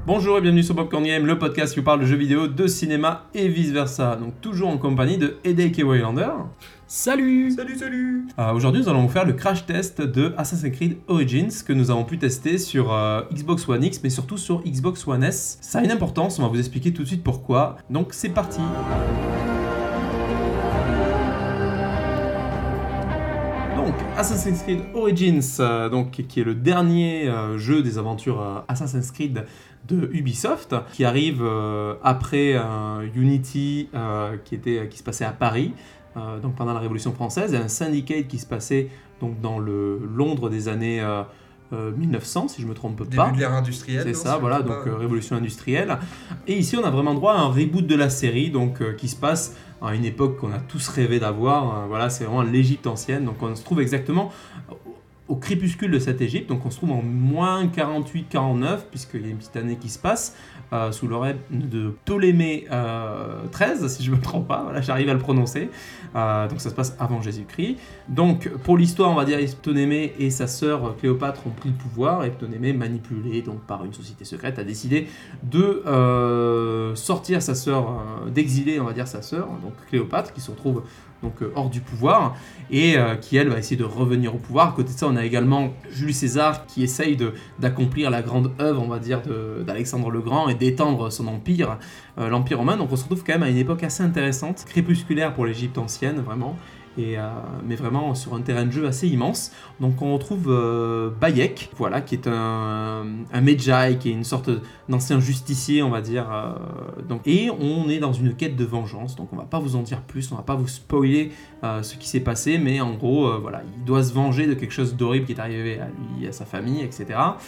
Bonjour et bienvenue sur Popcorn Game, le podcast qui vous parle de jeux vidéo, de cinéma et vice versa. Donc toujours en compagnie de Hedek et Waylander. Salut. Aujourd'hui nous allons vous faire le crash test de Assassin's Creed Origins que nous avons pu tester sur Xbox One X mais surtout sur Xbox One S. Ça a une importance, on va vous expliquer tout de suite pourquoi. Donc c'est parti. Donc, Assassin's Creed Origins, qui est le dernier jeu des aventures Assassin's Creed de Ubisoft, qui arrive après Unity qui se passait à Paris, donc pendant la Révolution française, et un Syndicate qui se passait donc dans le Londres des années 1900, si je ne me trompe pas. Début de l'ère industrielle. C'est ça, voilà, donc révolution industrielle. Et ici, on a vraiment droit à un reboot de la série, donc qui se passe à une époque qu'on a tous rêvé d'avoir. Voilà, c'est vraiment l'Égypte ancienne. Donc, on se trouve exactement au crépuscule de cette Égypte. Donc, on se trouve en moins 48-49, puisqu'il y a une petite année qui se passe, sous le règne de Ptolémée XIII, si je ne me trompe pas. Voilà, j'arrive à le prononcer. Donc, ça se passe avant Jésus-Christ. Donc, pour l'histoire, on va dire Ptolémée et sa sœur Cléopâtre ont pris le pouvoir. Et Ptolémée, manipulé donc, par une société secrète, a décidé de sortir sa sœur, d'exiler, on va dire, sa sœur, donc Cléopâtre, qui se retrouve donc hors du pouvoir et qui elle va essayer de revenir au pouvoir. À côté de ça, on a également Jules César qui essaye d'accomplir la grande œuvre, on va dire, d'Alexandre le Grand et d'étendre son empire, l'empire romain. Donc on se retrouve quand même à une époque assez intéressante, crépusculaire pour l'Égypte ancienne vraiment. Mais vraiment sur un terrain de jeu assez immense. Donc on retrouve Bayek, voilà, qui est un Medjay, qui est une sorte d'ancien justicier, on va dire. Et on est dans une quête de vengeance, donc on va pas vous en dire plus, on va pas vous spoiler ce qui s'est passé, mais en gros, voilà, il doit se venger de quelque chose d'horrible qui est arrivé à lui, à sa famille, etc.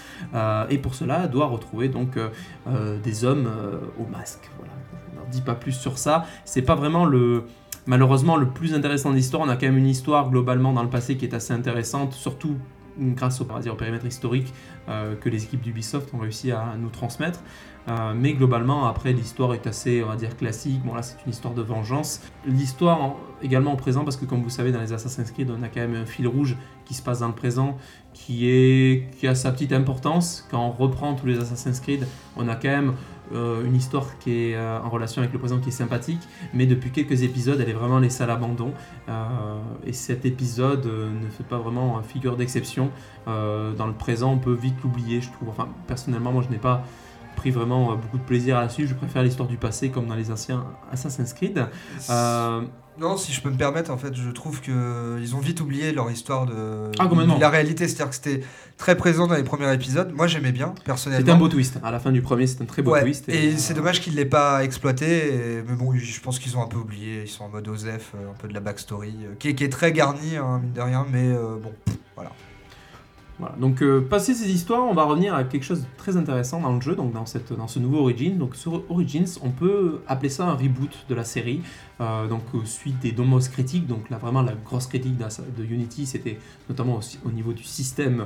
Et pour cela, doit retrouver donc des hommes au masque. Voilà, je ne leur dis pas plus sur ça. C'est pas vraiment malheureusement, le plus intéressant de l'histoire. On a quand même une histoire globalement dans le passé qui est assez intéressante, surtout grâce au périmètre historique que les équipes d'Ubisoft ont réussi à nous transmettre. Mais globalement, après, l'histoire est assez, on va dire, classique. Bon, là, c'est une histoire de vengeance. L'histoire également au présent, parce que comme vous savez, dans les Assassin's Creed, on a quand même un fil rouge qui se passe dans le présent, qui a sa petite importance. Quand on reprend tous les Assassin's Creed, on a quand même une histoire qui est en relation avec le présent qui est sympathique, mais depuis quelques épisodes elle est vraiment laissée à l'abandon et cet épisode ne fait pas vraiment figure d'exception. Dans le présent on peut vite l'oublier, je trouve. Enfin, personnellement moi je n'ai pas pris vraiment beaucoup de plaisir à la suite, je préfère l'histoire du passé comme dans les anciens Assassin's Creed. Non, si je peux me permettre, en fait, je trouve qu'ils ont vite oublié leur histoire de la réalité. C'est-à-dire que c'était très présent dans les premiers épisodes. Moi, j'aimais bien, personnellement. C'était un beau twist. À la fin du premier, c'était un très beau twist. Et c'est dommage qu'ils ne l'aient pas exploité. Mais bon, je pense qu'ils ont un peu oublié. Ils sont en mode Osef, un peu de la backstory, qui est très garnie, hein, mine de rien. Mais bon, voilà. Voilà. Donc, passé ces histoires, on va revenir à quelque chose de très intéressant dans le jeu, donc dans ce nouveau Origins. Donc, sur Origins, on peut appeler ça un reboot de la série. Suite des dommages critiques, donc là, vraiment la grosse critique de Unity, c'était notamment aussi au niveau du système,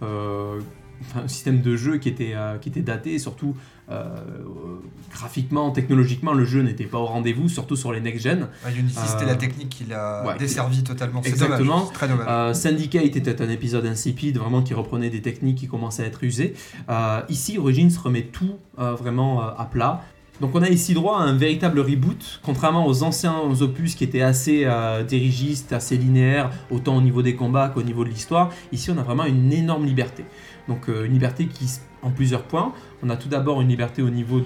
un système de jeu qui était daté, et surtout graphiquement, technologiquement, le jeu n'était pas au rendez-vous, surtout sur les next-gen. Unity, c'était la technique qui l'a desservi totalement. C'est exactement. Dommage, c'est très dommage. Syndicate était un épisode insipide, vraiment qui reprenait des techniques qui commençaient à être usées. Ici, Origins remet tout vraiment à plat. Donc on a ici droit à un véritable reboot, contrairement aux anciens opus qui étaient assez dirigistes, assez linéaires, autant au niveau des combats qu'au niveau de l'histoire. Ici on a vraiment une énorme liberté. Donc une liberté qui en plusieurs points. On a tout d'abord une liberté au niveau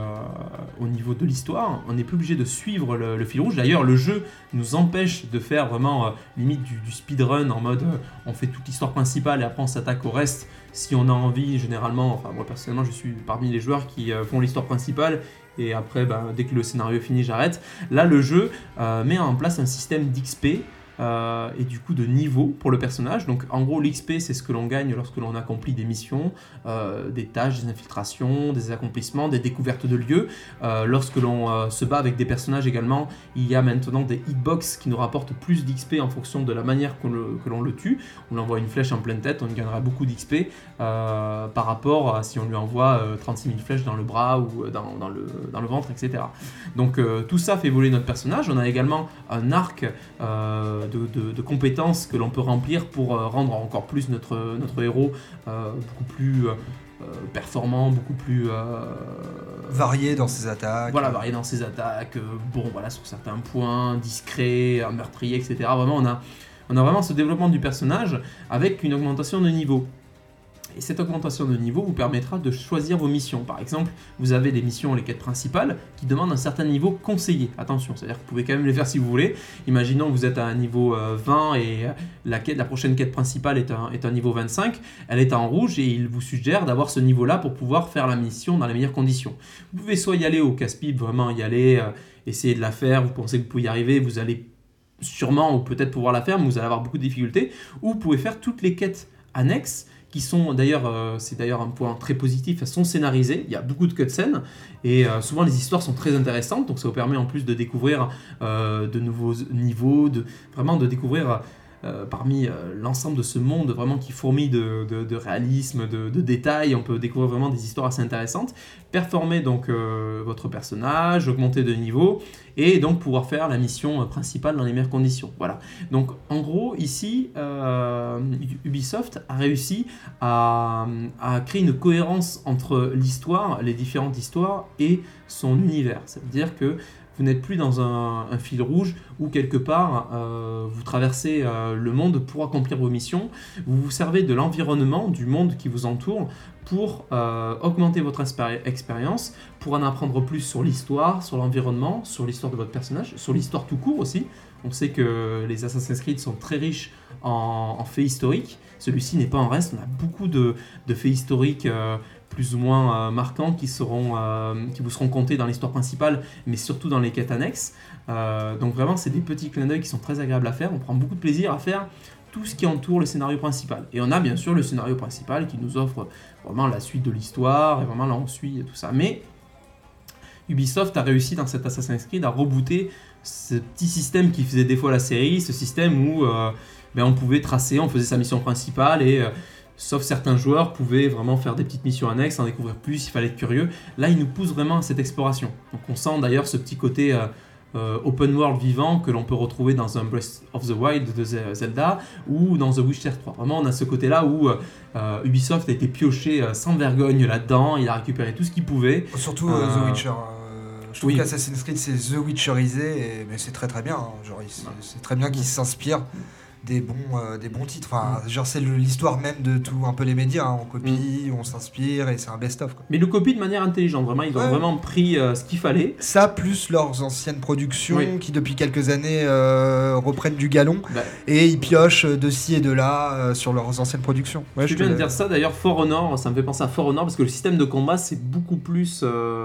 de l'histoire. On n'est plus obligé de suivre le fil rouge. D'ailleurs, le jeu nous empêche de faire vraiment limite du speedrun en mode on fait toute l'histoire principale et après on s'attaque au reste si on a envie. Généralement, enfin moi personnellement, je suis parmi les joueurs qui font l'histoire principale et après, dès que le scénario est fini, j'arrête. Là, le jeu met en place un système d'XP. Et du coup de niveau pour le personnage. Donc en gros l'XP c'est ce que l'on gagne lorsque l'on accomplit des missions, des tâches, des infiltrations, des accomplissements, des découvertes de lieux. Lorsque l'on se bat avec des personnages également, il y a maintenant des hitbox qui nous rapportent plus d'XP en fonction de la manière que l'on le tue. On lui envoie une flèche en pleine tête, on gagnera beaucoup d'XP par rapport à si on lui envoie 36 000 flèches dans le bras ou dans le ventre, etc. Donc tout ça fait évoluer notre personnage. On a également un arc de compétences que l'on peut remplir pour rendre encore plus notre héros beaucoup plus performant, beaucoup plus varié dans ses attaques. Voilà, varié dans ses attaques, sur certains points, discret, meurtrier, etc. Vraiment, on a vraiment ce développement du personnage avec une augmentation de niveau. Et cette augmentation de niveau vous permettra de choisir vos missions. Par exemple, vous avez des missions, les quêtes principales, qui demandent un certain niveau conseillé. Attention, c'est-à-dire que vous pouvez quand même les faire si vous voulez. Imaginons que vous êtes à un niveau 20 et la prochaine quête principale est un niveau 25. Elle est en rouge et il vous suggère d'avoir ce niveau-là pour pouvoir faire la mission dans les meilleures conditions. Vous pouvez soit y aller au casse-pipe, vraiment y aller, essayer de la faire, vous pensez que vous pouvez y arriver, vous allez sûrement ou peut-être pouvoir la faire, mais vous allez avoir beaucoup de difficultés. Ou vous pouvez faire toutes les quêtes annexes, qui sont d'ailleurs, c'est d'ailleurs un point très positif, elles sont scénarisées, il y a beaucoup de cutscenes, et souvent les histoires sont très intéressantes, donc ça vous permet en plus de découvrir de nouveaux niveaux, vraiment de découvrir parmi l'ensemble de ce monde vraiment qui fourmille de réalisme, de détails, on peut découvrir vraiment des histoires assez intéressantes, performer donc votre personnage, augmenter de niveau, et donc pouvoir faire la mission principale dans les meilleures conditions. Voilà. Donc en gros, ici, Ubisoft a réussi à créer une cohérence entre l'histoire, les différentes histoires, et son univers. Ça veut dire que vous n'êtes plus dans un fil rouge où quelque part vous traversez le monde pour accomplir vos missions. Vous vous servez de l'environnement, du monde qui vous entoure pour augmenter votre expérience, pour en apprendre plus sur l'histoire, sur l'environnement, sur l'histoire de votre personnage, sur l'histoire tout court aussi. On sait que les Assassin's Creed sont très riches en faits historiques. Celui-ci n'est pas en reste. On a beaucoup de faits historiques plus ou moins marquants qui vous seront comptés dans l'histoire principale, mais surtout dans les quêtes annexes. Donc vraiment, c'est des petits clins d'œil qui sont très agréables à faire. On prend beaucoup de plaisir à faire tout ce qui entoure le scénario principal. Et on a bien sûr le scénario principal qui nous offre vraiment la suite de l'histoire, et vraiment là on suit tout ça. Mais Ubisoft a réussi dans cet Assassin's Creed à rebooter ce petit système qui faisait des fois la série, ce système où on pouvait tracer, on faisait sa mission principale et sauf certains joueurs pouvaient vraiment faire des petites missions annexes, en découvrir plus, il fallait être curieux. Là, il nous pousse vraiment à cette exploration. Donc on sent d'ailleurs ce petit côté open world vivant que l'on peut retrouver dans un Breath of the Wild de Zelda ou dans The Witcher 3. Vraiment, on a ce côté-là où Ubisoft a été pioché sans vergogne là-dedans, il a récupéré tout ce qu'il pouvait. Surtout The Witcher. Je trouve qu'Assassin's Creed c'est The Witcherisé, mais c'est très très bien. Hein. Genre, c'est très bien qu'il s'inspire des bons titres. Enfin, genre c'est l'histoire même de tout, un peu les médias. Hein. On copie, on s'inspire et c'est un best-of. Quoi. Mais le copie de manière intelligente. Vraiment, ils ont vraiment pris ce qu'il fallait. Ça, plus leurs anciennes productions qui depuis quelques années reprennent du galon et ils piochent de ci et de là sur leurs anciennes productions. Ouais, je viens de dire ça. D'ailleurs, For Honor, ça me fait penser à For Honor parce que le système de combat c'est beaucoup plus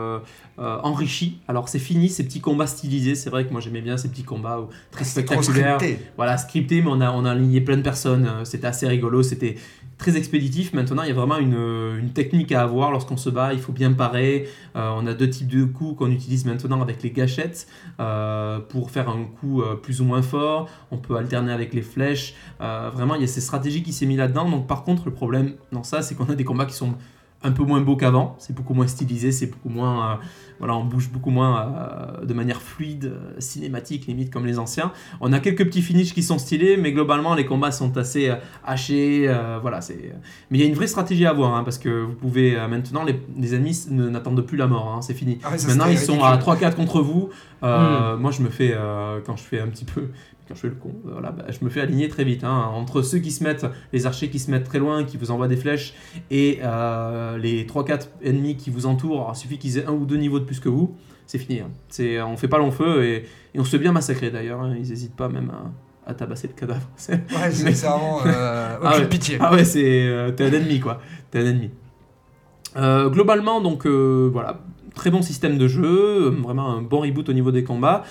enrichi. Alors c'est fini ces petits combats stylisés. C'est vrai que moi j'aimais bien ces petits combats très spectaculaires. Voilà, scripté, mais on a aligné plein de personnes. C'était assez rigolo. C'était très expéditif. Maintenant, il y a vraiment une technique à avoir lorsqu'on se bat. Il faut bien parer. On a deux types de coups qu'on utilise maintenant avec les gâchettes pour faire un coup plus ou moins fort. On peut alterner avec les flèches. Vraiment, il y a ces stratégies qui s'est mis là-dedans. Donc, par contre, le problème dans ça, c'est qu'on a des combats qui sont un peu moins beau qu'avant, c'est beaucoup moins stylisé, c'est beaucoup moins, on bouge beaucoup moins de manière fluide, cinématique limite comme les anciens. On a quelques petits finishes qui sont stylés, mais globalement les combats sont assez hachés, mais il y a une vraie stratégie à avoir, hein, parce que vous pouvez maintenant, les ennemis n'attendent plus la mort, hein, c'est fini. Maintenant ils sont à 3-4 contre vous, moi je me fais, quand je fais un petit peu... Quand je fais le con, je me fais aligner très vite. Hein, entre ceux qui se mettent, les archers qui se mettent très loin, qui vous envoient des flèches, et les 3-4 ennemis qui vous entourent, il suffit qu'ils aient 1 ou 2 niveaux de plus que vous, c'est fini. Hein. On fait pas long feu et on se fait bien massacrer d'ailleurs. Hein, ils n'hésitent pas même à tabasser le cadavre. C'est vraiment aucune pitié. Ah ouais, t'es un ennemi quoi. T'es un ennemi. Globalement, donc voilà, très bon système de jeu, vraiment un bon reboot au niveau des combats.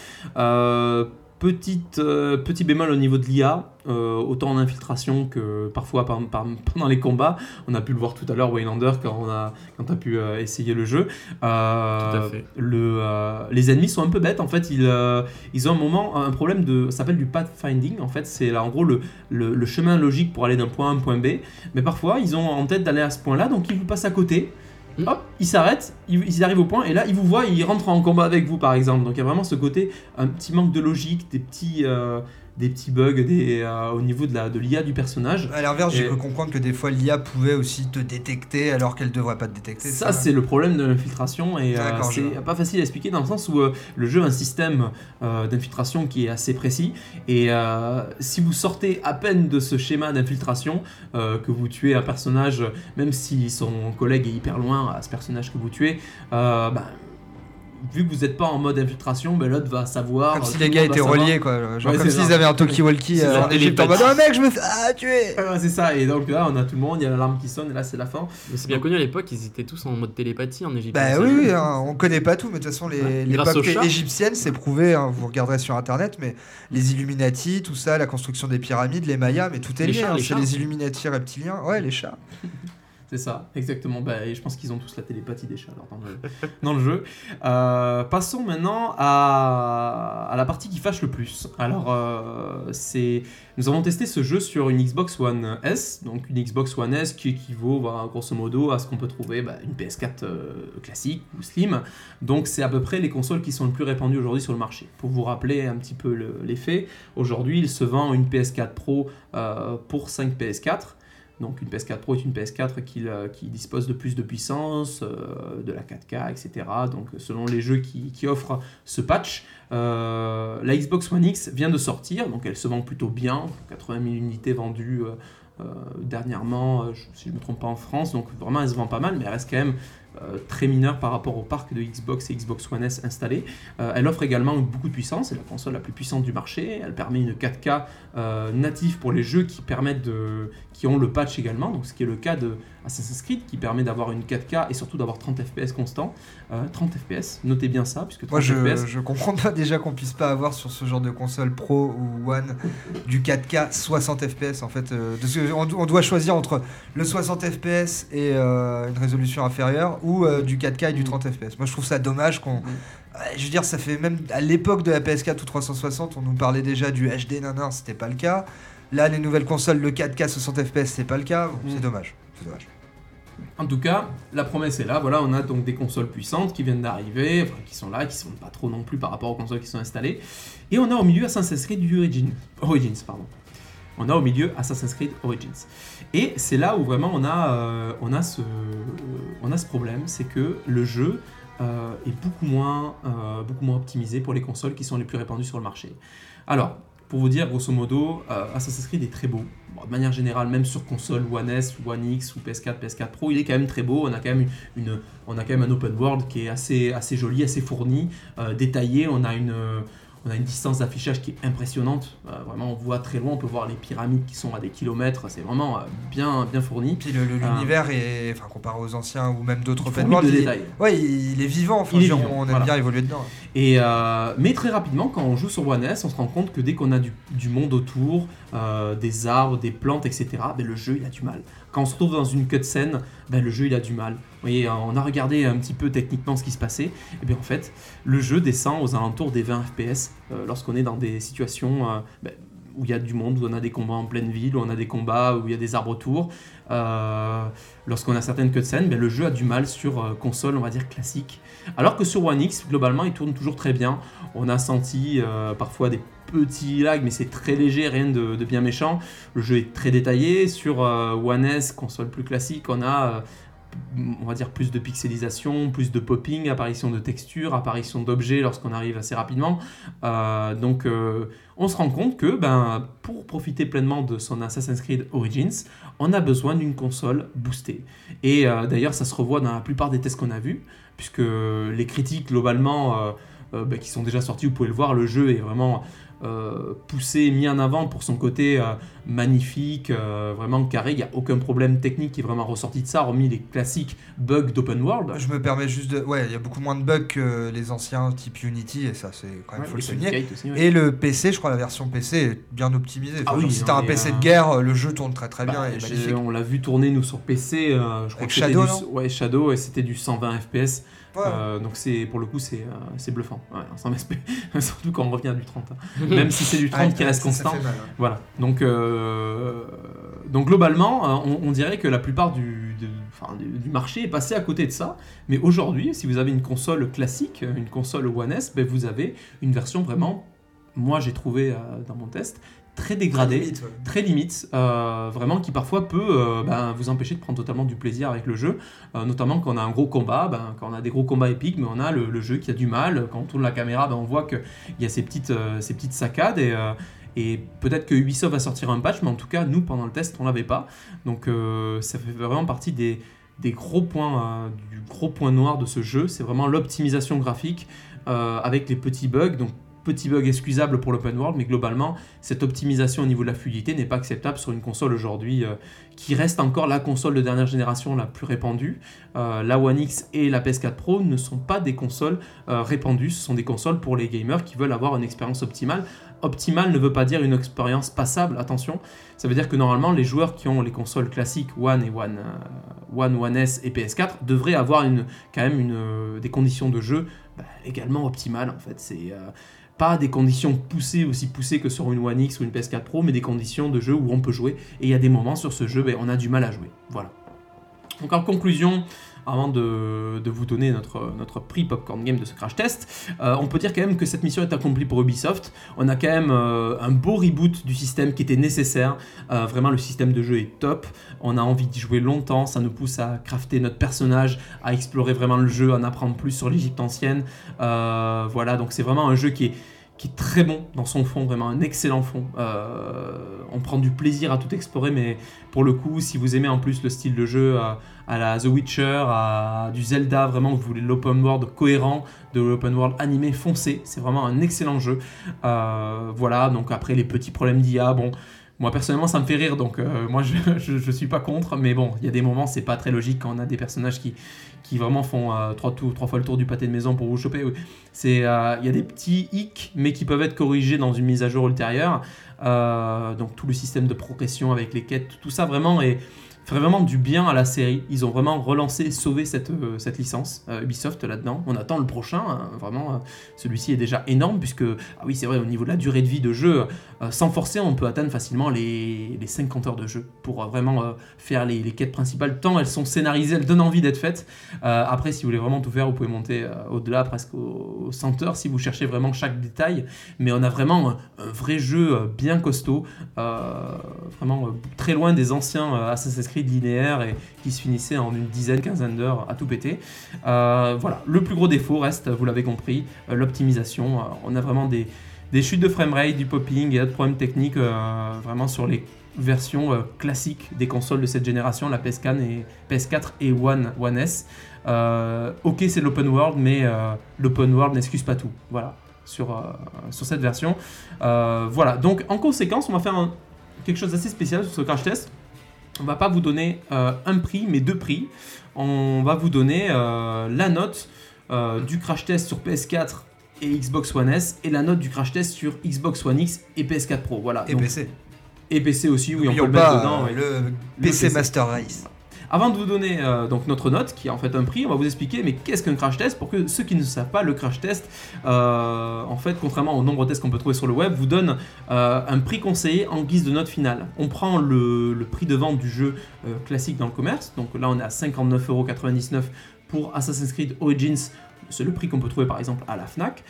Petit bémol au niveau de l'IA, autant en infiltration que parfois pendant les combats. On a pu le voir tout à l'heure, Waylander, quand tu as pu essayer le jeu. Tout à fait. Les ennemis sont un peu bêtes. En fait, ils ont un problème ça s'appelle du pathfinding. En fait, c'est là en gros le chemin logique pour aller d'un point A à un point B. Mais parfois, ils ont en tête d'aller à ce point-là, donc ils vous passent à côté. Hop, ils s'arrêtent, ils arrivent au point et là ils vous voient, ils rentrent en combat avec vous par exemple. Donc il y a vraiment ce côté, un petit manque de logique, des petits des petits bugs au niveau de l'IA du personnage. À l'inverse, j'ai cru comprendre que des fois l'IA pouvait aussi te détecter alors qu'elle ne devrait pas te détecter. Ça, c'est le problème de l'infiltration et c'est pas facile à expliquer dans le sens où le jeu a un système d'infiltration qui est assez précis et si vous sortez à peine de ce schéma d'infiltration, que vous tuez un personnage, même si son collègue est hyper loin à ce personnage que vous tuez, vu que vous n'êtes pas en mode infiltration, l'autre va savoir. Comme si les gars étaient reliés, quoi. Genre comme s'ils avaient un talkie-walkie en Égypte en mode oh mec, je me fais tuer. C'est ça, et donc là on a tout le monde, il y a l'alarme qui sonne, et là c'est la fin. Mais c'est bien connu à l'époque, ils étaient tous en mode télépathie en Égypte. Oui, on connaît pas tout, mais de toute façon, l'époque égyptienne, c'est prouvé, vous regarderez sur internet, mais les Illuminati, tout ça, la construction des pyramides, les Mayas, mais tout est lié. C'est les Illuminati reptiliens, les chats. C'est ça, exactement. Et je pense qu'ils ont tous la télépathie des chats dans le jeu. Passons maintenant à la partie qui fâche le plus. Alors, nous avons testé ce jeu sur une Xbox One S, donc une Xbox One S qui équivaut grosso modo à ce qu'on peut trouver une PS4 classique ou slim. Donc c'est à peu près les consoles qui sont le plus répandues aujourd'hui sur le marché. Pour vous rappeler un petit peu les faits, aujourd'hui il se vend une PS4 Pro pour 5 PS4. Donc une PS4 Pro est une PS4 qui dispose de plus de puissance, de la 4K, etc. Donc selon les jeux qui offrent ce patch, la Xbox One X vient de sortir, donc elle se vend plutôt bien, 80 000 unités vendues dernièrement, si je ne me trompe pas en France, donc vraiment elle se vend pas mal, mais elle reste quand même très mineure par rapport au parc de Xbox et Xbox One S installé. Elle offre également beaucoup de puissance, c'est la console la plus puissante du marché, elle permet une 4K native pour les jeux qui ont le patch également, donc ce qui est le cas de Assassin's Creed qui permet d'avoir une 4K et surtout d'avoir 30 FPS constant. 30 FPS, notez bien ça, puisque 30 FPS... je comprends pas déjà qu'on puisse pas avoir sur ce genre de console Pro ou One du 4K 60 FPS en fait. On doit choisir entre le 60 FPS et une résolution inférieure ou du 4K et du 30 FPS. Moi je trouve ça dommage qu'on... Je veux dire, ça fait même à l'époque de la PS4 ou 360, on nous parlait déjà du HD, c'était pas le cas. Là, les nouvelles consoles, le 4K 60 FPS, c'est pas le cas. C'est dommage. En tout cas, la promesse est là. Voilà, on a donc des consoles puissantes qui viennent d'arriver, qui sont là, qui sont pas trop non plus par rapport aux consoles qui sont installées. Et on a au milieu Assassin's Creed Origins. On a au milieu Assassin's Creed Origins. Et c'est là où vraiment on a ce problème, c'est que le jeu est beaucoup moins optimisé pour les consoles qui sont les plus répandues sur le marché. Alors, pour vous dire, grosso modo, Assassin's Creed est très beau. Bon, de manière générale, même sur console One S, One X ou PS4, PS4 Pro, il est quand même très beau. On a quand même un open world qui est assez joli, assez fourni, détaillé. On a une distance d'affichage qui est impressionnante. Vraiment, on voit très loin, on peut voir les pyramides qui sont à des kilomètres. C'est vraiment bien fourni. Puis l'univers est, comparé aux anciens ou même d'autres open world, il est vivant. On aime bien évoluer dedans. Mais très rapidement, quand on joue sur One S, on se rend compte que dès qu'on a du monde autour, des arbres, des plantes, etc., le jeu il a du mal. Quand on se retrouve dans une cutscene, le jeu il a du mal. Vous voyez, on a regardé un petit peu techniquement ce qui se passait, et bien en fait, le jeu descend aux alentours des 20 FPS lorsqu'on est dans des situations où il y a du monde, où on a des combats en pleine ville, où on a des combats où il y a des arbres autour. Lorsqu'on a certaines cutscenes, le jeu a du mal sur console, on va dire classique. Alors que sur One X, globalement, il tourne toujours très bien. On a senti parfois des petits lags, mais c'est très léger, rien de bien méchant. Le jeu est très détaillé. Sur One S, console plus classique, on a on va dire plus de pixelisation, plus de popping, apparition de textures, apparition d'objets lorsqu'on arrive assez rapidement. Donc on se rend compte que pour profiter pleinement de son Assassin's Creed Origins, on a besoin d'une console boostée. Et d'ailleurs ça se revoit dans la plupart des tests qu'on a vus, puisque les critiques globalement qui sont déjà sortis, vous pouvez le voir, le jeu est vraiment poussé, mis en avant pour son côté magnifique, vraiment carré. Il n'y a aucun problème technique qui est vraiment ressorti de ça, hormis les classiques bugs d'open world. Je me permets juste de... Ouais, il y a beaucoup moins de bugs que les anciens type Unity, et ça, c'est quand même, faut le souligner. Aussi, ouais. Et le PC, je crois, la version PC est bien optimisée. Si t'as un PC de guerre, le jeu tourne très très bien et est magnifique. On l'a vu tourner, nous, sur PC, je crois que Shadow, Shadow, et c'était du 120 FPS. Ouais. Donc pour le coup c'est bluffant, surtout quand on revient du 30 même si c'est du 30 qui reste constant, mal, voilà. Donc globalement on dirait que la plupart du marché est passé à côté de ça, mais aujourd'hui si vous avez une console classique, une console One S, vous avez une version vraiment moi j'ai trouvé dans mon test, très dégradé, très limite, vraiment qui parfois peut vous empêcher de prendre totalement du plaisir avec le jeu, notamment quand on a un gros combat, quand on a des gros combats épiques, mais on a le jeu qui a du mal, quand on tourne la caméra, on voit qu'il y a ces petites saccades, et peut-être que Ubisoft va sortir un patch, mais en tout cas nous pendant le test on l'avait pas, donc ça fait vraiment partie des gros points, du gros point noir de ce jeu, c'est vraiment l'optimisation graphique avec les petits bugs, donc petits bugs excusables pour l'open world, mais globalement, cette optimisation au niveau de la fluidité n'est pas acceptable sur une console aujourd'hui qui reste encore la console de dernière génération la plus répandue. La One X et la PS4 Pro ne sont pas des consoles répandues, ce sont des consoles pour les gamers qui veulent avoir une expérience optimale. Optimale ne veut pas dire une expérience passable, attention. Ça veut dire que normalement, les joueurs qui ont les consoles classiques One et One S et PS4 devraient avoir quand même des conditions de jeu également optimales. En fait, c'est pas des conditions aussi poussées que sur une One X ou une PS4 Pro, mais des conditions de jeu où on peut jouer. Et il y a des moments sur ce jeu, on a du mal à jouer. Voilà. Donc en conclusion, avant de vous donner notre prix Popcorn Game de ce crash test, on peut dire quand même que cette mission est accomplie pour Ubisoft. On a quand même un beau reboot du système qui était nécessaire. Vraiment, le système de jeu est top. On a envie d'y jouer longtemps. Ça nous pousse à crafter notre personnage, à explorer vraiment le jeu, à en apprendre plus sur l'Égypte ancienne. Voilà, donc c'est vraiment un jeu qui est très bon dans son fond, vraiment un excellent fond. On prend du plaisir à tout explorer, mais pour le coup, si vous aimez en plus le style de jeu à la The Witcher, à du Zelda, vraiment, vous voulez l'open world cohérent, de l'open world animé, foncé, c'est vraiment un excellent jeu. Voilà, donc après les petits problèmes d'IA, moi personnellement ça me fait rire, donc moi je suis pas contre, mais bon, il y a des moments c'est pas très logique quand on a des personnages qui vraiment font 3 fois le tour du pâté de maison pour vous choper. Il y a des petits hicks, mais qui peuvent être corrigés dans une mise à jour ultérieure. Donc tout le système de progression avec les quêtes, tout ça vraiment ferait vraiment du bien à la série. Ils ont vraiment relancé et sauvé cette licence, Ubisoft là-dedans. On attend le prochain, vraiment. Celui-ci est déjà énorme, puisque, oui c'est vrai, au niveau de la durée de vie de jeu, sans forcer, on peut atteindre facilement les 50 heures de jeu pour vraiment faire les quêtes principales. Tant elles sont scénarisées, elles donnent envie d'être faites. Après, si vous voulez vraiment tout faire, vous pouvez monter au-delà, presque aux 100 heures, si vous cherchez vraiment chaque détail. Mais on a vraiment un vrai jeu bien costaud, vraiment très loin des anciens Assassin's Creed linéaire et qui se finissait en une quinzaine d'heures à tout péter. Voilà, le plus gros défaut reste, vous l'avez compris, l'optimisation. On a vraiment des chutes de framerate, du popping et d'autres problèmes techniques vraiment sur les versions classiques des consoles de cette génération, la PS4 et One S. Ok, c'est l'open world, mais l'open world n'excuse pas tout. Voilà, sur cette version. Voilà, donc en conséquence, on va faire quelque chose d'assez spécial sur ce crash test. On va pas vous donner un prix, mais 2 prix. On va vous donner la note du crash test sur PS4 et Xbox One S et la note du crash test sur Xbox One X et PS4 Pro. Voilà. Et donc, PC. Et PC aussi, oui, on peut le mettre dedans. Le PC Master Race. Avant de vous donner donc notre note, qui est en fait un prix, on va vous expliquer mais qu'est-ce qu'un crash test. Pour que ceux qui ne savent pas, le crash test, en fait, contrairement aux nombreux tests qu'on peut trouver sur le web, vous donne un prix conseillé en guise de note finale. On prend le prix de vente du jeu classique dans le commerce, donc là on est à 59,99€ pour Assassin's Creed Origins. C'est le prix qu'on peut trouver par exemple à la Fnac.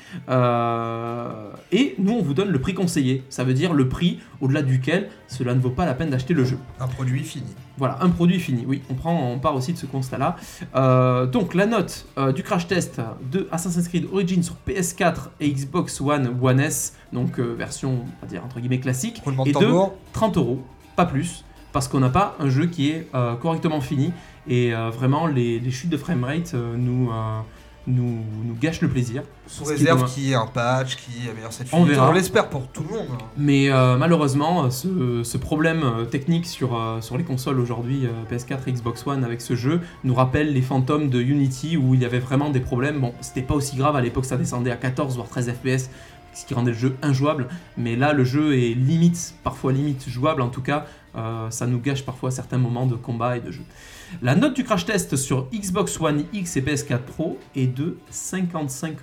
Et nous, on vous donne le prix conseillé. Ça veut dire le prix au-delà duquel cela ne vaut pas la peine d'acheter le jeu. Un produit fini. Voilà, un produit fini. Oui, on part aussi de ce constat-là. Donc, la note du crash test de Assassin's Creed Origins sur PS4 et Xbox One S, donc version, on va dire, entre guillemets classique, est de 30€, pas plus, parce qu'on n'a pas un jeu qui est correctement fini. Et vraiment, les chutes de framerate nous gâche le plaisir. Sous réserve qu'il y ait un patch qui améliore cette fluidité. On l'espère pour tout le monde. Mais malheureusement, ce problème technique sur les consoles aujourd'hui, PS4 et Xbox One avec ce jeu, nous rappelle les fantômes de Unity où il y avait vraiment des problèmes. Bon, c'était pas aussi grave à l'époque, ça descendait à 14 voire 13 FPS, ce qui rendait le jeu injouable. Mais là, le jeu est parfois limite jouable. En tout cas, ça nous gâche parfois certains moments de combat et de jeu. La note du crash test sur Xbox One X et PS4 Pro est de 55€.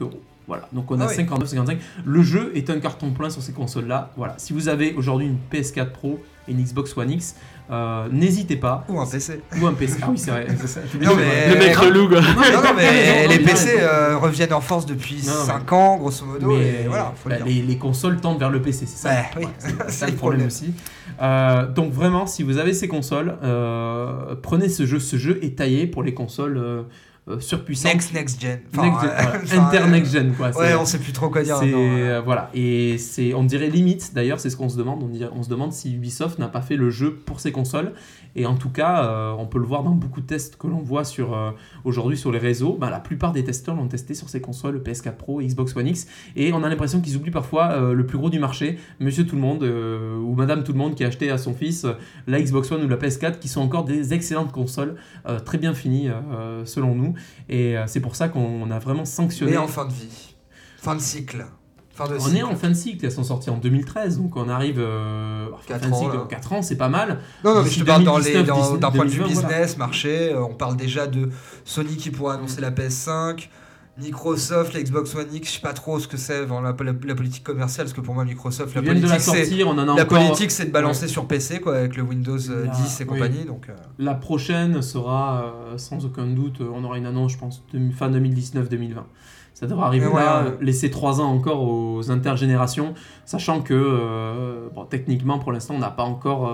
Voilà, donc on a 59-55. Le jeu est un carton plein sur ces consoles-là. Voilà, si vous avez aujourd'hui une PS4 Pro et une Xbox One X, n'hésitez pas. Ou un PC. Ou un PC. Ah oui, c'est vrai. C'est ça. Non, mais... Le mec relou, quoi. Non, mais les PC reviennent en force depuis 5 ans, grosso modo. Mais et voilà, faut le dire. les consoles tendent vers le PC, c'est ça. Oui, c'est ça le problème aussi. Donc vraiment, si vous avez ces consoles, prenez ce jeu. Ce jeu est taillé pour les consoles surpuissantes. Next gen. Next gen, quoi. Ouais, on sait plus trop quoi dire. Voilà, et on dirait limite, d'ailleurs, c'est ce qu'on se demande. On se demande si Ubisoft n'a pas fait le jeu pour ses consoles. Et en tout cas, on peut le voir dans beaucoup de tests que l'on voit aujourd'hui sur les réseaux. La plupart des testeurs l'ont testé sur ces consoles, PS4 Pro et Xbox One X. Et on a l'impression qu'ils oublient parfois le plus gros du marché, Monsieur Tout le Monde ou Madame Tout le Monde qui a acheté à son fils la Xbox One ou la PS4, qui sont encore des excellentes consoles, très bien finies selon nous. Et c'est pour ça qu'on a vraiment sanctionné. Mais en fin de vie, fin de cycle. On est en fin de cycle, elles sont sorties en 2013, donc on arrive 4 ans, c'est pas mal. Non, mais je te parle d'un point de vue business, marché, on parle déjà de Sony qui pourrait annoncer la PS5, Microsoft, la Xbox One X, je sais pas trop ce que c'est la politique commerciale, parce que pour moi Microsoft, la politique c'est de balancer sur PC quoi, avec le Windows 10 et compagnie. Donc, La prochaine sera, sans aucun doute, on aura une annonce je pense, fin 2019-2020. Ça devrait arriver laisser 3 ans encore aux intergénérations, sachant que techniquement pour l'instant on n'a pas encore...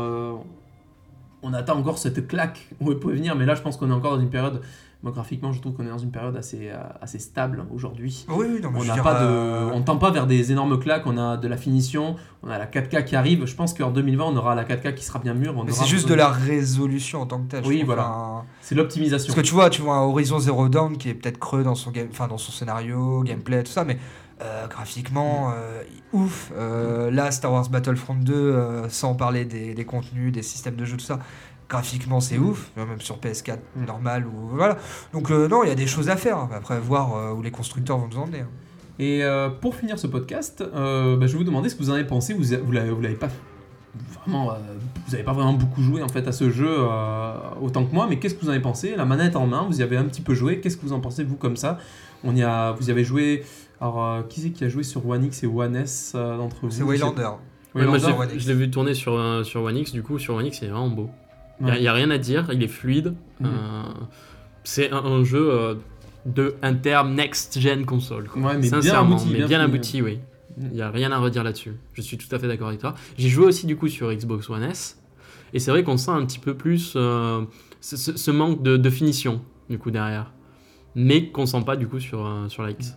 on attend encore cette claque où elle pouvait venir, mais là je pense qu'on est encore dans une période... Moi, graphiquement, je trouve qu'on est dans une période assez stable aujourd'hui. Oui, non, mais on ne tend pas vers des énormes claques, on a de la finition, on a la 4K qui arrive. Je pense qu'en 2020, on aura la 4K qui sera bien mûre. Mais c'est juste de la résolution en tant que telle. Oui, voilà. C'est l'optimisation. Parce que tu vois un Horizon Zero Dawn qui est peut-être creux dans son scénario, gameplay, tout ça, mais graphiquement, ouf. Là, Star Wars Battlefront 2, sans parler des contenus, des systèmes de jeu, tout ça. Graphiquement c'est ouf, même sur PS4 normal ou voilà. Donc non, il y a des choses à faire. Après voir où les constructeurs vont nous emmener. Et pour finir ce podcast, je vais vous demander ce que vous en avez pensé. Vous l'avez pas vraiment, vous n'avez pas vraiment beaucoup joué en fait à ce jeu autant que moi, mais qu'est-ce que vous en avez pensé? La manette en main, vous y avez un petit peu joué. Qu'est-ce que vous en pensez vous comme ça? Vous y avez joué. Alors qui c'est qui a joué sur One X et One S d'entre vous? C'est Waylander. Moi, je l'ai vu tourner sur One X. Du coup, sur One X, c'est vraiment beau. Il n'y a rien à dire, il est fluide. C'est un jeu de terme next-gen console. Ouais, mais sincèrement, bien abouti, oui. Il n'y a rien à redire là-dessus. Je suis tout à fait d'accord avec toi. J'ai joué aussi du coup sur Xbox One S. Et c'est vrai qu'on sent un petit peu plus ce manque de finition du coup derrière. Mais qu'on sent pas du coup sur la X.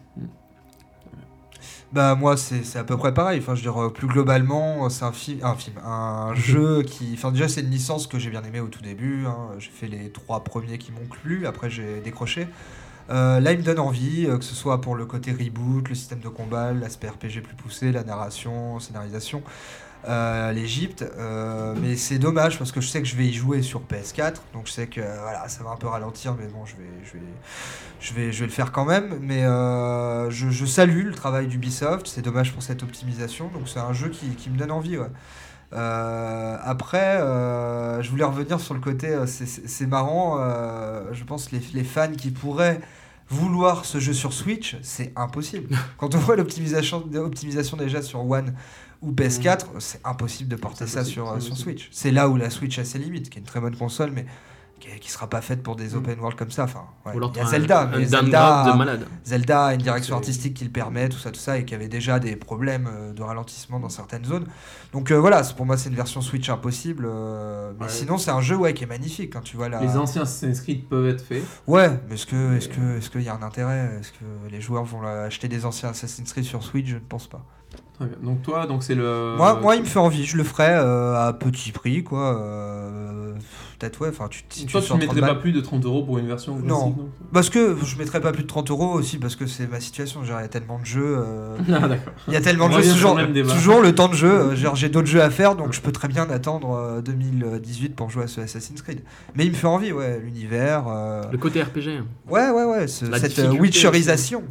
Bah moi c'est à peu près pareil, enfin je veux dire plus globalement c'est un jeu qui, enfin déjà c'est une licence que j'ai bien aimé au tout début, j'ai fait les 3 premiers qui m'ont plu, après j'ai décroché. Là il me donne envie, que ce soit pour le côté reboot, le système de combat, l'aspect RPG plus poussé, la narration, scénarisation, l'Egypte, mais c'est dommage parce que je sais que je vais y jouer sur PS4, donc je sais que voilà ça va un peu ralentir, mais bon je vais le faire quand même, mais je salue le travail d'Ubisoft, c'est dommage pour cette optimisation, donc c'est un jeu qui me donne envie, ouais. Après, je voulais revenir sur le côté, c'est marrant, je pense les fans qui pourraient vouloir ce jeu sur Switch, c'est impossible. Quand on voit l'optimisation déjà sur One ou PS4, c'est impossible de porter ça sur Switch. C'est là où la Switch a ses limites, qui est une très bonne console, mais qui sera pas faite pour des open world comme ça. Enfin, il y a Zelda, mais Zelda a une direction artistique qui le permet, tout ça, et qui avait déjà des problèmes de ralentissement dans certaines zones. Donc voilà, pour moi c'est une version Switch impossible, mais sinon c'est un jeu qui est magnifique. Quand tu vois les anciens Assassin's Creed peuvent être faits. Ouais, mais est-ce qu'il y a un intérêt? Est-ce que les joueurs vont acheter des anciens Assassin's Creed sur Switch? Je ne pense pas. Très bien. Donc toi, c'est le... Moi, il me fait envie. Je le ferai à petit prix, quoi. Peut-être, ouais. Enfin, toi, tu ne mettrais pas plus de 30€ pour une version classique, non, parce que je mettrais pas plus de 30€ aussi, parce que c'est ma situation. Genre, il y a tellement de jeux. Ah, d'accord. Il y a tellement de jeux. Toujours le temps de jeu. Genre, j'ai d'autres jeux à faire, donc je peux très bien attendre 2018 pour jouer à ce Assassin's Creed. Mais il me fait envie, ouais. L'univers. Le côté RPG. Ouais. Cette Witcherisation. Oui.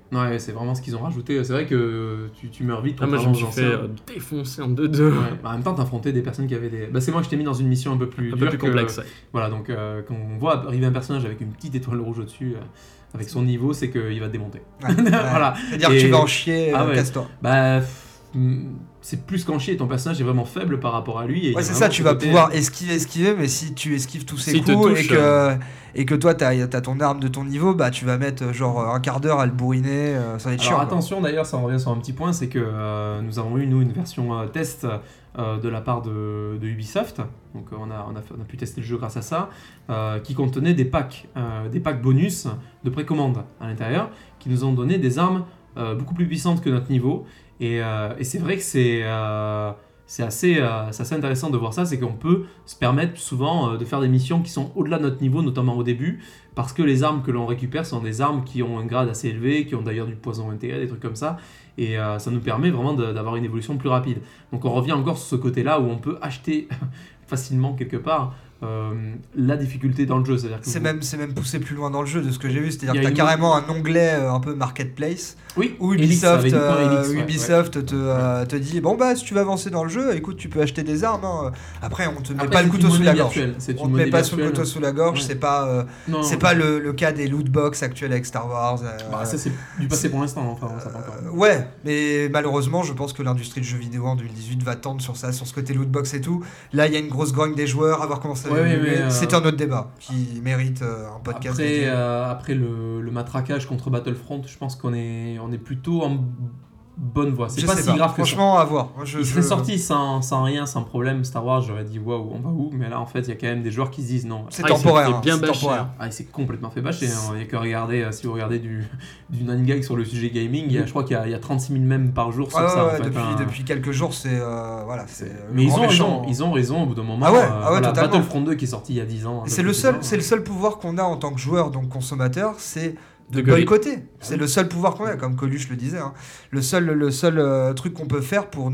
Ouais, c'est vraiment ce qu'ils ont rajouté. C'est vrai que tu meurs vite. Moi, je me suis fait défoncer en 2-2. Ouais. En même temps, t'affrontais des personnes qui avaient des. C'est moi, je t'ai mis dans une mission un peu plus complexe. Ouais. Voilà, donc quand on voit arriver un personnage avec une petite étoile rouge au-dessus, avec son niveau, c'est qu'il va te démonter. Ouais. Voilà. C'est-à-dire que tu vas en chier, casse-toi. C'est plus qu'en chier, ton personnage est vraiment faible par rapport à lui. Et c'est ça, tu vas pouvoir esquiver, mais si tu esquives tous ses coups et que toi t'as ton arme de ton niveau, tu vas mettre genre un quart d'heure à le bourriner, ça va être chiant. Alors attention, d'ailleurs, ça revient sur un petit point, c'est que nous avons eu une version test de la part de Ubisoft, donc on a pu tester le jeu grâce à ça, qui contenait des packs bonus de précommande à l'intérieur, qui nous ont donné des armes beaucoup plus puissantes que notre niveau. Et c'est vrai que c'est assez intéressant de voir ça, c'est qu'on peut se permettre souvent de faire des missions qui sont au-delà de notre niveau, notamment au début, parce que les armes que l'on récupère sont des armes qui ont un grade assez élevé, qui ont d'ailleurs du poison intégré, des trucs comme ça, et ça nous permet vraiment d'avoir une évolution plus rapide. Donc on revient encore sur ce côté-là où on peut acheter facilement quelque part la difficulté dans le jeu. C'est-à-dire que c'est même poussé plus loin dans le jeu de ce que j'ai vu, c'est-à-dire que tu as carrément un onglet un peu marketplace où Ubisoft te dit si tu veux avancer dans le jeu, écoute, tu peux acheter des armes. Après, on te met pas le couteau sous la gorge. On te met pas le couteau sous la gorge, c'est pas le cas des loot box actuels avec Star Wars. Ça c'est du passé pour l'instant, enfin, ça pas encore. Ouais, mais malheureusement, je pense que l'industrie du jeu vidéo en 2018 va tendre sur ça, sur ce côté loot box et tout. Là, il y a une grosse grogne des joueurs, à voir comment ça va évoluer. C'est un autre débat qui mérite un podcast. Après le matraquage contre Battlefront, je pense qu'on est plutôt en bonne voie. C'est pas si grave que franchement, ça. À voir. Il serait sorti sans rien, sans problème. Star Wars, j'aurais dit waouh, on va où? Mais là, en fait, il y a quand même des joueurs qui se disent non. C'est temporaire. C'est bien bâché. Il s'est complètement fait bâcher. Il n'y a que regarder, si vous regardez du 9gag sur le sujet gaming, je crois qu'il y a 36 000 mèmes par jour sur ça. En fait, depuis quelques jours, c'est. Mais ils ont raison au bout d'un moment. Battlefront 2 qui est sorti il y a 10 ans. C'est le seul pouvoir qu'on a en tant que joueur, donc consommateur, c'est de boycotter. C'est le seul pouvoir qu'on a, comme Coluche le disait. Le seul truc qu'on peut faire pour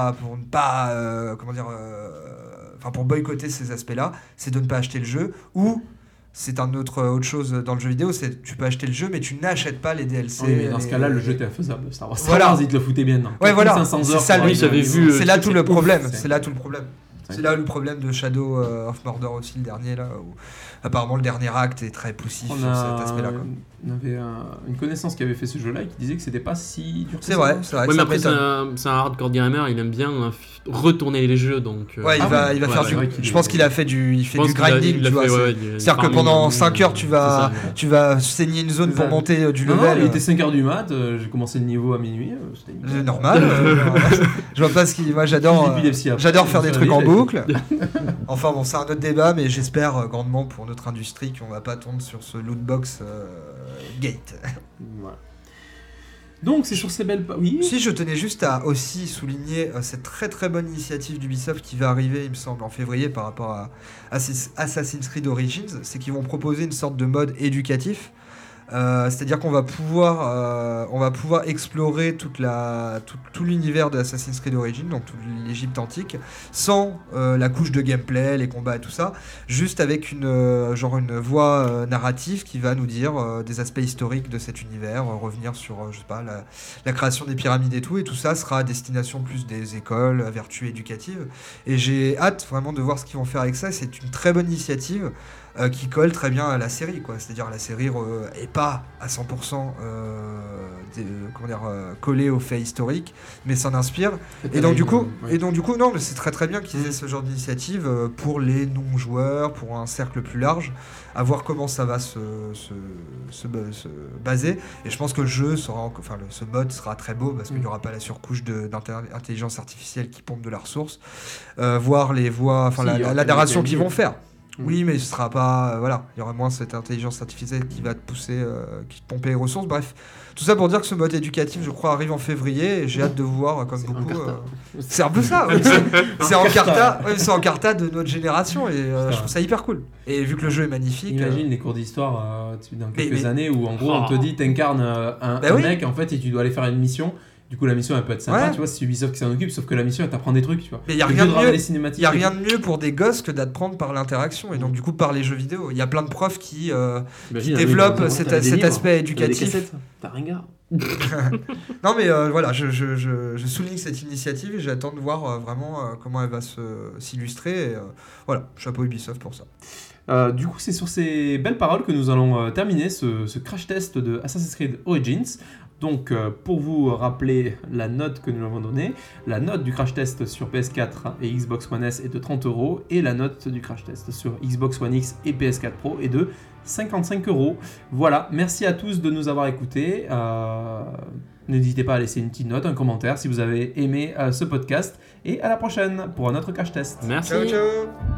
boycotter ces aspects-là, c'est de ne pas acheter le jeu. Ou c'est autre chose dans le jeu vidéo, c'est tu peux acheter le jeu, mais tu n'achètes pas les DLC. Oui, mais dans ce cas-là, le jeu était infaisable. Star Wars, il te le foutait bien. Ouais, voilà. C'est ça, c'est là tout le problème. C'est là tout le problème. C'est là le problème de Shadow of Mordor aussi, le dernier là, où apparemment le dernier acte est très poussif sur cet aspect-là. On avait une connaissance qui avait fait ce jeu-là et qui disait que c'était pas si dur. C'est vrai. Ouais, mais après c'est un hardcore gamer, il aime bien retourner les jeux, donc. Ouais, il va faire du. Je pense qu'il a fait du grinding, tu vois. C'est-à-dire que pendant 5 heures, tu vas saigner une zone pour monter du level. Non, il était 5h du mat, j'ai commencé le niveau à minuit. C'est normal. Je vois pas ce qu'il. Moi, j'adore faire des trucs en boucle. Enfin bon, c'est un autre débat, mais j'espère grandement pour notre industrie qu'on va pas tomber sur ce lootbox gate. Voilà. Donc c'est sur ces belles... Oui. Si, je tenais juste à aussi souligner cette très très bonne initiative d'Ubisoft qui va arriver, il me semble, en février par rapport à Assassin's Creed Origins, c'est qu'ils vont proposer une sorte de mode éducatif. C'est-à-dire qu'on va pouvoir explorer tout l'univers de Assassin's Creed Origins, donc toute l'Égypte antique, sans la couche de gameplay, les combats et tout ça, juste avec une voix narrative qui va nous dire des aspects historiques de cet univers, revenir sur la création des pyramides et tout ça sera à destination plus des écoles à vertu éducative, et j'ai hâte vraiment de voir ce qu'ils vont faire avec ça. C'est une très bonne initiative qui colle très bien à la série, quoi. C'est-à-dire la série est pas à 100% collée aux faits historiques, mais s'en inspire. Et donc du coup, non, mais c'est très très bien qu'ils aient ce genre d'initiative pour les non-joueurs, pour un cercle plus large, à voir comment ça va se baser. Et je pense que le jeu ce mode sera très beau parce qu'il n'y aura pas la surcouche d'intelligence artificielle qui pompe de la ressource. Voir les voix, la narration qu'ils vont faire. Oui, mais ce sera pas... il y aura moins cette intelligence artificielle qui va te pousser, qui te pomper les ressources. Bref, tout ça pour dire que ce mode éducatif, je crois, arrive en février et j'ai hâte de voir, comme beaucoup... c'est un peu ça, oui. C'est en carta de notre génération et je trouve ça hyper cool. Et vu que le jeu est magnifique... Imagine les cours d'histoire dans quelques années où, en gros, on te dit, t'incarnes un mec, en fait, et tu dois aller faire une mission... Du coup, la mission, elle peut être sympa, tu vois, c'est Ubisoft qui s'en occupe, sauf que la mission, elle t'apprend des trucs, tu vois. Mais il y a rien de mieux pour des gosses que d'apprendre par l'interaction, et donc du coup par les jeux vidéo. Il y a plein de profs qui développent cet aspect éducatif. T'as Ringa. Non mais voilà, je souligne cette initiative et j'attends de voir vraiment comment elle va s'illustrer. Et, voilà, chapeau Ubisoft pour ça. Du coup, c'est sur ces belles paroles que nous allons terminer ce crash test de Assassin's Creed Origins. Donc, pour vous rappeler la note que nous avons donnée, la note du crash test sur PS4 et Xbox One S est de 30€ et la note du crash test sur Xbox One X et PS4 Pro est de 55€. Voilà, merci à tous de nous avoir écoutés. N'hésitez pas à laisser une petite note, un commentaire si vous avez aimé ce podcast. Et à la prochaine pour un autre crash test. Merci. Ciao, ciao.